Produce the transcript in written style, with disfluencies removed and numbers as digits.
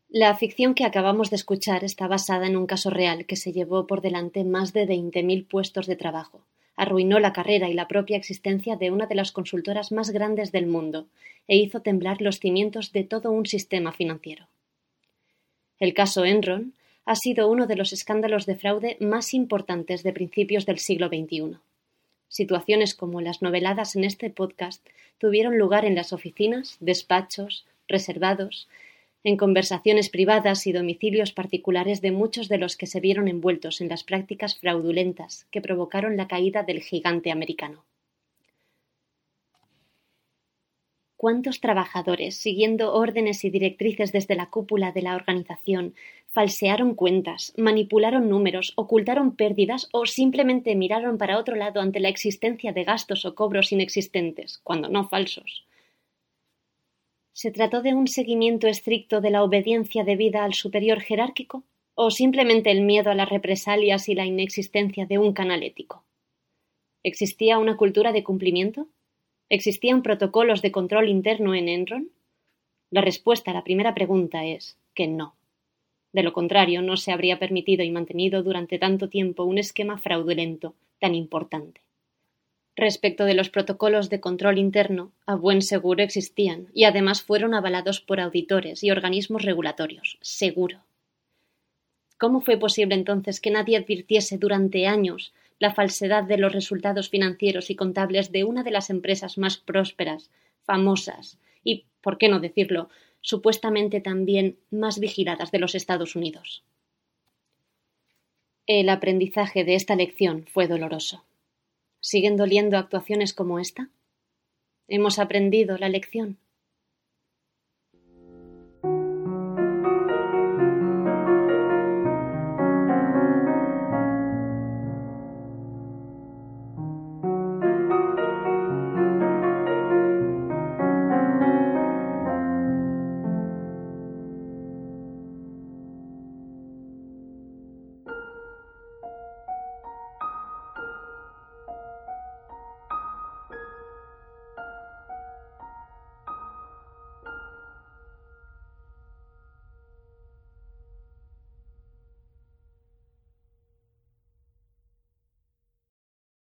La ficción que acabamos de escuchar está basada en un caso real que se llevó por delante más de 20.000 puestos de trabajo, arruinó la carrera y la propia existencia de una de las consultoras más grandes del mundo e hizo temblar los cimientos de todo un sistema financiero. El caso Enron ha sido uno de los escándalos de fraude más importantes de principios del siglo XXI. Situaciones como las noveladas en este podcast tuvieron lugar en las oficinas, despachos, reservados, en conversaciones privadas y domicilios particulares de muchos de los que se vieron envueltos en las prácticas fraudulentas que provocaron la caída del gigante americano. ¿Cuántos trabajadores, siguiendo órdenes y directrices desde la cúpula de la organización, falsearon cuentas, manipularon números, ocultaron pérdidas o simplemente miraron para otro lado ante la existencia de gastos o cobros inexistentes, cuando no falsos? ¿Se trató de un seguimiento estricto de la obediencia debida al superior jerárquico o simplemente el miedo a las represalias y la inexistencia de un canal ético? ¿Existía una cultura de cumplimiento? ¿Existían protocolos de control interno en Enron? La respuesta a la primera pregunta es que no. De lo contrario, no se habría permitido y mantenido durante tanto tiempo un esquema fraudulento tan importante. Respecto de los protocolos de control interno, a buen seguro existían y además fueron avalados por auditores y organismos regulatorios. Seguro. ¿Cómo fue posible entonces que nadie advirtiese durante años la falsedad de los resultados financieros y contables de una de las empresas más prósperas, famosas y, por qué no decirlo, supuestamente también más vigiladas de los Estados Unidos? El aprendizaje de esta lección fue doloroso. ¿Siguen doliendo actuaciones como esta? ¿Hemos aprendido la lección?